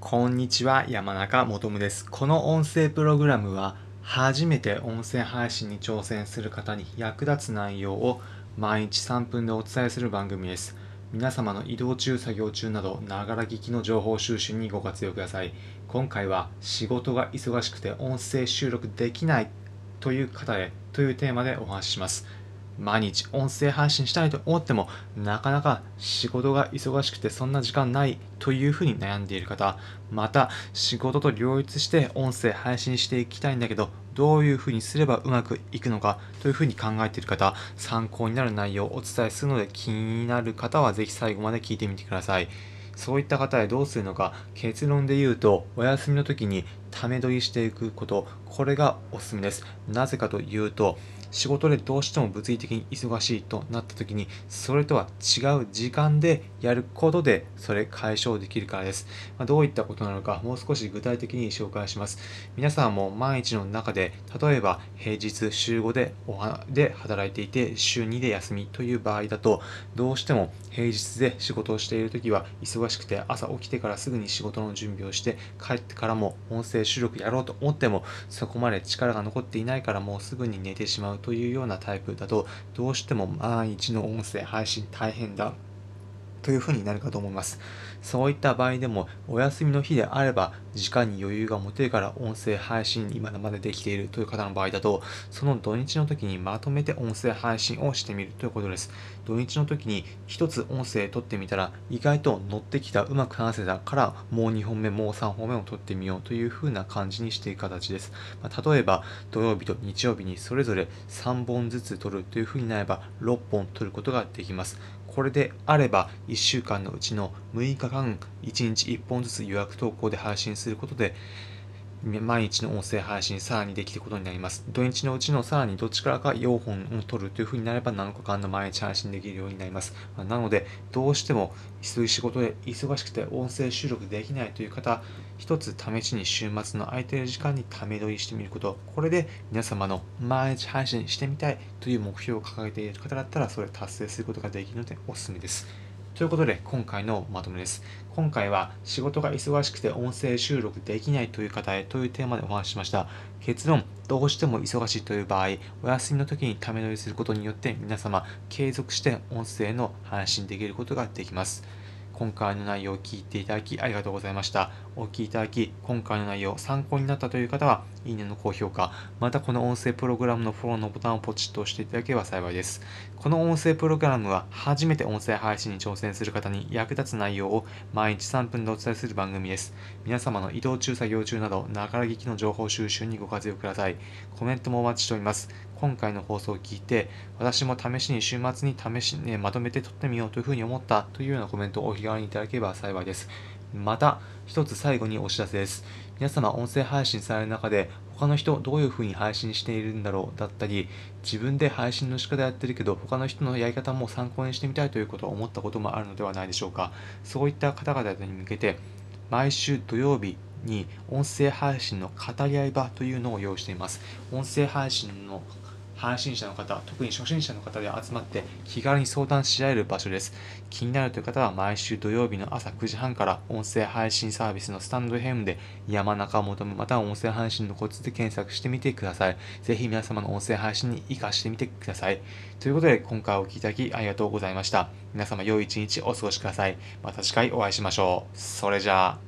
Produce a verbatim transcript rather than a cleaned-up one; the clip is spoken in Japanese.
こんにちは、山中もとむです。この音声プログラムは、初めて音声配信に挑戦する方に役立つ内容を毎日さんぷんでお伝えする番組です。皆様の移動中、作業中など、ながら聞きの情報収集にご活用ください。今回は、仕事が忙しくて音声収録できないという方へというテーマでお話しします。毎日音声配信したいと思ってもなかなか仕事が忙しくてそんな時間ないというふうに悩んでいる方、また仕事と両立して音声配信していきたいんだけどどういうふうにすればうまくいくのかというふうに考えている方、参考になる内容をお伝えするので気になる方はぜひ最後まで聞いてみてください。そういった方へどうするのか、結論で言うとお休みの時にため撮りしていくこと、これがおすすめです。なぜかというと、仕事でどうしても物理的に忙しいとなった時にそれとは違う時間でやることでそれ解消できるからです。まあ、どういったことなのかもう少し具体的に紹介します。皆さんも毎日の中で例えば平日週ごでおはで働いていて週にで休みという場合だと、どうしても平日で仕事をしている時は忙しくて朝起きてからすぐに仕事の準備をして帰ってからも音声収録やろうと思ってもそこまで力が残っていないからもうすぐに寝てしまうというようなタイプだと、どうしても毎日の音声配信大変だというふうになるかと思います。そういった場合でも、お休みの日であれば、時間に余裕が持てるから音声配信今までできているという方の場合だと、その土日の時にまとめて音声配信をしてみるということです。土日の時に一つ音声撮ってみたら、意外と乗ってきた、うまく話せたから、もうにほんめ、もうさんぼんめを撮ってみようというふうな感じにしていく形です。まあ、例えば、土曜日と日曜日にそれぞれさんぼんずつ撮るというふうになれば、ろっぽん撮ることができます。これであればいっしゅうかんのうちのむいかかんいちにちいっぽんずつ予約投稿で配信することで毎日の音声配信さらにできることになります。土日のうちのさらにどっちからかよんほんを取るというふうになればなのかかんの毎日配信できるようになります。なので、どうしてもそういう仕事で忙しくて音声収録できないという方、一つ試しに週末の空いている時間にため撮りしてみること、これで皆様の毎日配信してみたいという目標を掲げている方だったら、それを達成することができるのでおすすめです。ということで、今回のまとめです。今回は仕事が忙しくて音声収録できないという方へというテーマでお話ししました。結論、どうしても忙しいという場合、お休みの時にため撮りすることによって皆様継続して音声の配信できることができます。今回の内容を聞いていただきありがとうございました。お聞きいただき、今回の内容参考になったという方は、いいねの高評価、またこの音声プログラムのフォローのボタンをポチッと押していただければ幸いです。この音声プログラムは、初めて音声配信に挑戦する方に役立つ内容を毎日さんぷんでお伝えする番組です。皆様の移動中、作業中など、ながら聞きの情報収集にご活用ください。コメントもお待ちしております。今回の放送を聞いて、私も試しに週末に試し、ね、まとめて撮ってみようというふうに思ったというようなコメントをお気軽にいただければ幸いです。また、一つ最後にお知らせです。皆様、音声配信される中で、他の人どういうふうに配信しているんだろうだったり、自分で配信の仕方やってるけど、他の人のやり方も参考にしてみたいということを思ったこともあるのではないでしょうか。そういった方々に向けて、毎週土曜日に音声配信の語り合い場というのを用意しています。音声配信の配信者の方、特に初心者の方で集まって気軽に相談し合える場所です。気になるという方は毎週土曜日の朝くじはんから音声配信サービスのスタンド エフエム で山中求むまたは音声配信のコツで検索してみてください。ぜひ皆様の音声配信に活かしてみてください。ということで今回お聞きいただきありがとうございました。皆様良い一日お過ごしください。また次回お会いしましょう。それじゃあ。